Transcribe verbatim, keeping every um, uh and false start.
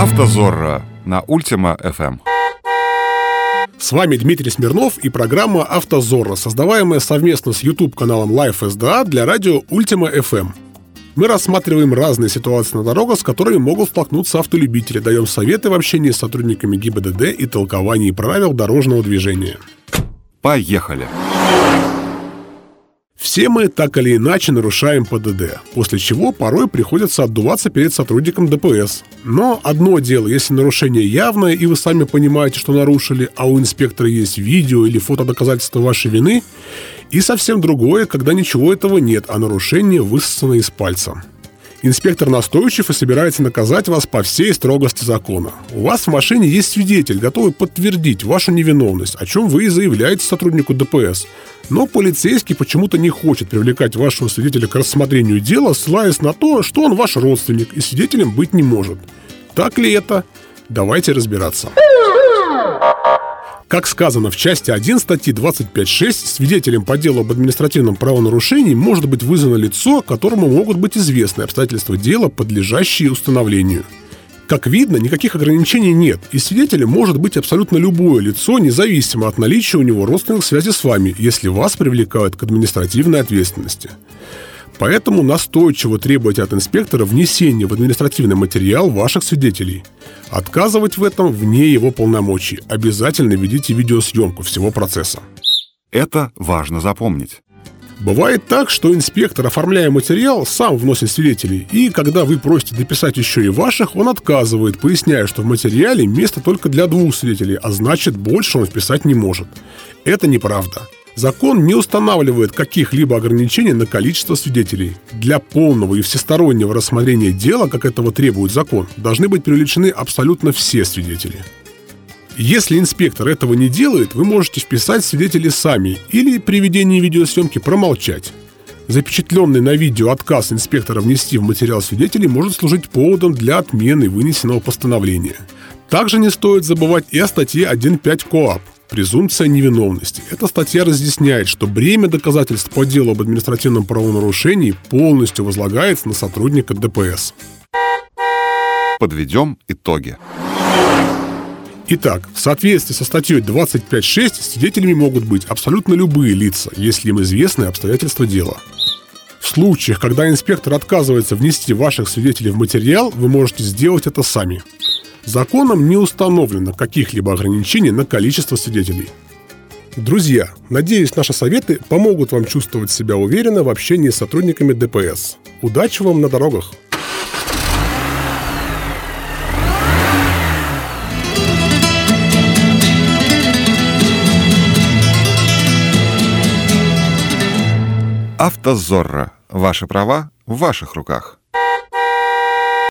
Автозорро на Ультима эф эм. С вами Дмитрий Смирнов и программа «Автозорро», создаваемая совместно с YouTube-каналом Life эс ди эй для радио Ультима эф эм. Мы рассматриваем разные ситуации на дорогах, с которыми могут столкнуться автолюбители, даем советы в общении с сотрудниками ГИБДД и толковании правил дорожного движения. Поехали! Все мы так или иначе нарушаем ПДД, после чего порой приходится отдуваться перед сотрудником ДПС. Но одно дело, если нарушение явное, и вы сами понимаете, что нарушили, а у инспектора есть видео или фотодоказательства вашей вины, и совсем другое, когда ничего этого нет, а нарушение высосано из пальца. Инспектор настойчив и собирается наказать вас по всей строгости закона. У вас в машине есть свидетель, готовый подтвердить вашу невиновность, о чем вы и заявляете сотруднику ДПС. Но полицейский почему-то не хочет привлекать вашего свидетеля к рассмотрению дела, ссылаясь на то, что он ваш родственник и свидетелем быть не может. Так ли это? Давайте разбираться. Как сказано в части один статьи двадцать пять шесть, свидетелем по делу об административном правонарушении может быть вызвано лицо, которому могут быть известны обстоятельства дела, подлежащие установлению. Как видно, никаких ограничений нет, и свидетелем может быть абсолютно любое лицо, независимо от наличия у него родственных связей с вами, если вас привлекают к административной ответственности. Поэтому настойчиво требуйте от инспектора внесения в административный материал ваших свидетелей. Отказывать в этом вне его полномочий. Обязательно ведите видеосъемку всего процесса. Это важно запомнить. Бывает так, что инспектор, оформляя материал, сам вносит свидетелей, и когда вы просите дописать еще и ваших, он отказывает, поясняя, что в материале место только для двух свидетелей, а значит, больше он вписать не может. Это неправда. Закон не устанавливает каких-либо ограничений на количество свидетелей. Для полного и всестороннего рассмотрения дела, как этого требует закон, должны быть привлечены абсолютно все свидетели. Если инспектор этого не делает, вы можете вписать свидетелей сами или при ведении видеосъемки промолчать. Запечатленный на видео отказ инспектора внести в материал свидетелей может служить поводом для отмены вынесенного постановления. Также не стоит забывать и о статье один пять КоАП «Презумпция невиновности». Эта статья разъясняет, что бремя доказательств по делу об административном правонарушении полностью возлагается на сотрудника ДПС. Подведем итоги. Итак, в соответствии со статьей двадцать пять шесть свидетелями могут быть абсолютно любые лица, если им известны обстоятельства дела. В случаях, когда инспектор отказывается внести ваших свидетелей в материал, вы можете сделать это сами. Законом не установлено каких-либо ограничений на количество свидетелей. Друзья, надеюсь, наши советы помогут вам чувствовать себя уверенно в общении с сотрудниками ДПС. Удачи вам на дорогах! Автозорро. Ваши права в ваших руках.